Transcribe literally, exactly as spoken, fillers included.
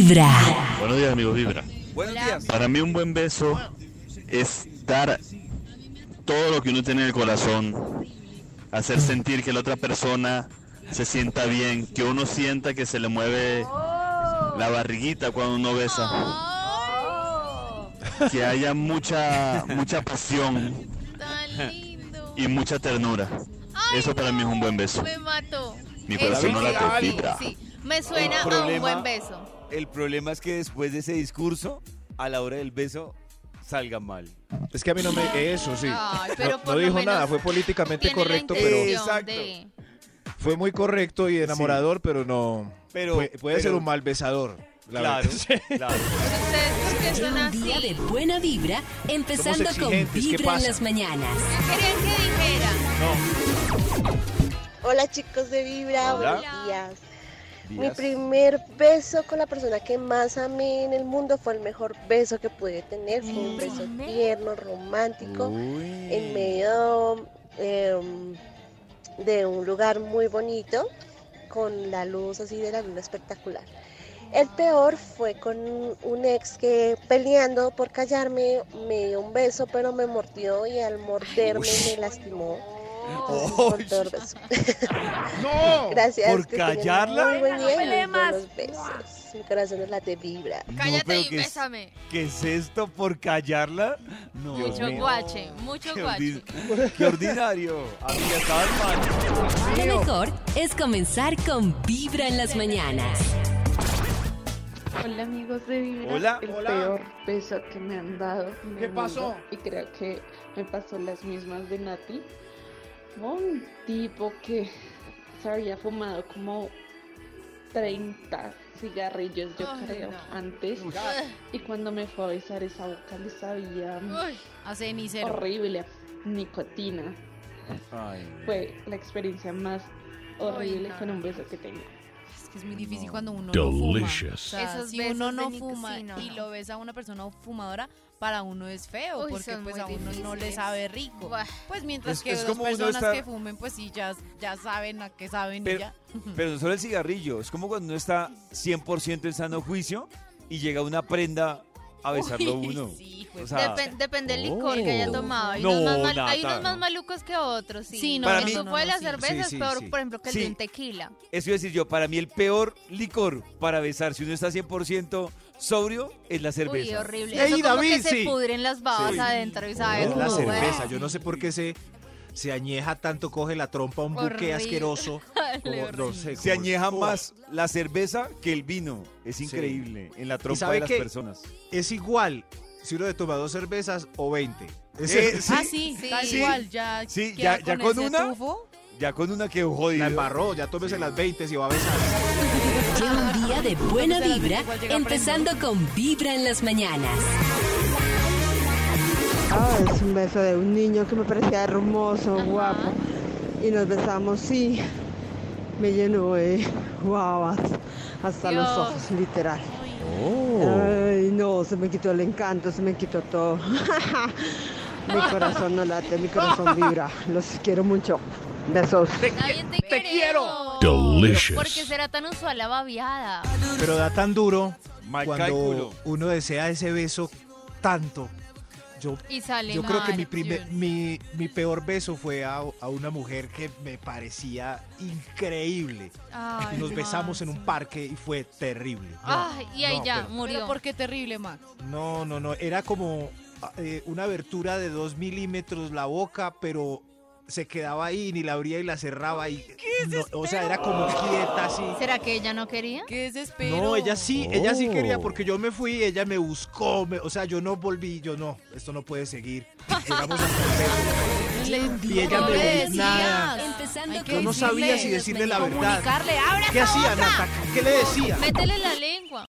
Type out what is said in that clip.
Vibra. Buenos días, amigos Vibra. Buenos días. Para mí un buen beso es dar todo lo que uno tiene en el corazón, hacer sentir que la otra persona se sienta bien, que uno sienta que se le mueve la barriguita cuando uno besa, que haya mucha mucha pasión Tan lindo. y mucha ternura. Ay, Eso para mí es un buen beso. Me mató. Mi corazón Eso no late, sí, vibra. sí. Me suena El a un problema- buen beso. El problema es que después de ese discurso, a la hora del beso, salga mal. Es que a mí no me... Eso sí. Ay, pero no por no lo dijo menos nada, fue políticamente Tiene la correcto, intención pero... Exacto. de- Fue muy correcto y enamorador, pero no... Pero, puede puede ser pero- un mal besador. la Claro, verdad. claro. Ustedes, ustedes son Un día así. de buena vibra, empezando Somos con exigentes, ¿qué Vibra en pasa? las mañanas. Querían que dijera. Hola chicos de Vibra, Hola. buenos días. Mi Días. primer beso con la persona que más amé en el mundo fue el mejor beso que pude tener. Fue un beso tierno, romántico, Uy. en medio em, de un lugar muy bonito, con la luz así de la luna espectacular. El peor fue con un ex que peleando por callarme me dio un beso, pero me mordió y al morderme me lastimó. Entonces, fue el peor beso. ¡No! Gracias. ¿Por que tengan callarla? Muy buen día y pelee muy más. buenos besos. Mi corazón es la de vibra. No, Cállate pero y ¿qué es- bésame. ¿Qué es esto por callarla? No. Mucho mío. guache, mucho Qué, guache. ordi- qué ordinario. Amiga, estabas mal. Lo mejor es comenzar con Vibra en las mañanas. Hola amigos de Vibra, Hola. el Hola. peor beso que me han dado en el ¿Qué mundo, pasó? y creo que me pasó las mismas de Nati. Fue un tipo que se había fumado como treinta cigarrillos, yo Ay, creo, no. antes, y cuando me fue a besar esa boca le sabía Uy, a cenicero. horrible a nicotina. Ay. Fue la experiencia más horrible no, con no. un beso que tengo. Es que es muy difícil cuando uno Delicious. no fuma. O sea, Esos si besos uno de no nic- fuma sí, no, y no. lo besa a una persona fumadora, para uno es feo, Uy, porque son pues muy a uno no le difíciles. sabe rico. Buah. Pues mientras Es- que es las como uno personas estar- que fumen, pues sí, ya, ya saben a qué saben y Pero, ya. pero no solo el cigarrillo, es como cuando uno está cien por ciento en sano juicio y llega una prenda a besarlo Uy, uno. sí, güey. O sea, Depen- depende del Oh. licor que haya tomado. Hay, No, unos más mal- Nata, hay unos más no. malucos que otros, sí. Sí, no, Para el mí- tufo de la sí. cerveza Sí, es sí, peor, sí. por ejemplo, que el Sí. de un tequila. eso iba a decir yo, para mí el peor licor para besar, si uno está cien por ciento sobrio, es la Uy, cerveza. horrible. Ey, Eso como David, que se sí. pudren las babas Sí. adentro y sabe Es la como, cerveza, bueno. yo no sé por qué se, se añeja tanto, coge la trompa un buque Horrible. asqueroso. como- no sé, Se como- añeja Uf. más la cerveza que el vino. Es Sí. increíble en la trompa sabe de las qué? personas. Es igual si uno le toma dos cervezas o veinte. Es Eh, el- sí. Ah, sí, Sí. tal Sí. igual, ya, Sí, queda ya- ya con ese una, tufo. Ya con una que jodido. La embarró, ya tómese las veinte si va a besar. Lleva un día de buena Porque se la vibra, igual llega empezando con Vibra en las mañanas. Ah, es un beso de un niño que me parecía hermoso, guapo. Y nos besamos, sí. Me llenó de guavas hasta los Dios. ojos, literal. Oh. Ay, no, se me quitó el encanto, se me quitó todo. Mi corazón no late, mi corazón vibra. Los quiero mucho. Besos. También te, te quiero. Delicious. ¿Por qué será tan usual la babiada? Pero da tan duro Mal cuando cálculo. uno desea ese beso tanto. Yo, Y sale yo creo que mal. mi, primer, mi, mi peor beso fue a, a una mujer que me parecía increíble. Ay, Y nos Max. besamos en un parque y fue terrible. No, Ay, y ahí no, ya, pero- murió. Pero ¿por qué terrible, Max? No, no, no. Era como eh, una abertura de dos milímetros la boca, pero se quedaba ahí, ni la abría y la cerraba. Y, no, o sea, era como quieta así. ¿Será que ella no quería? Qué desespero. No, ella sí, ella sí quería Oh. porque yo me fui, ella me buscó, me- o sea, yo no volví, yo no, esto no puede seguir. Llegamos hasta el beso. Y ella ¿Cómo me le dijo decías? nada. Empezando Hay que Yo no con sabía Vibra si en las decirle la mañanas. verdad. Comunicarle, ¡abre ¿Qué esa hacía, boca! Nata? ¿Qué le decía? Métele la lengua.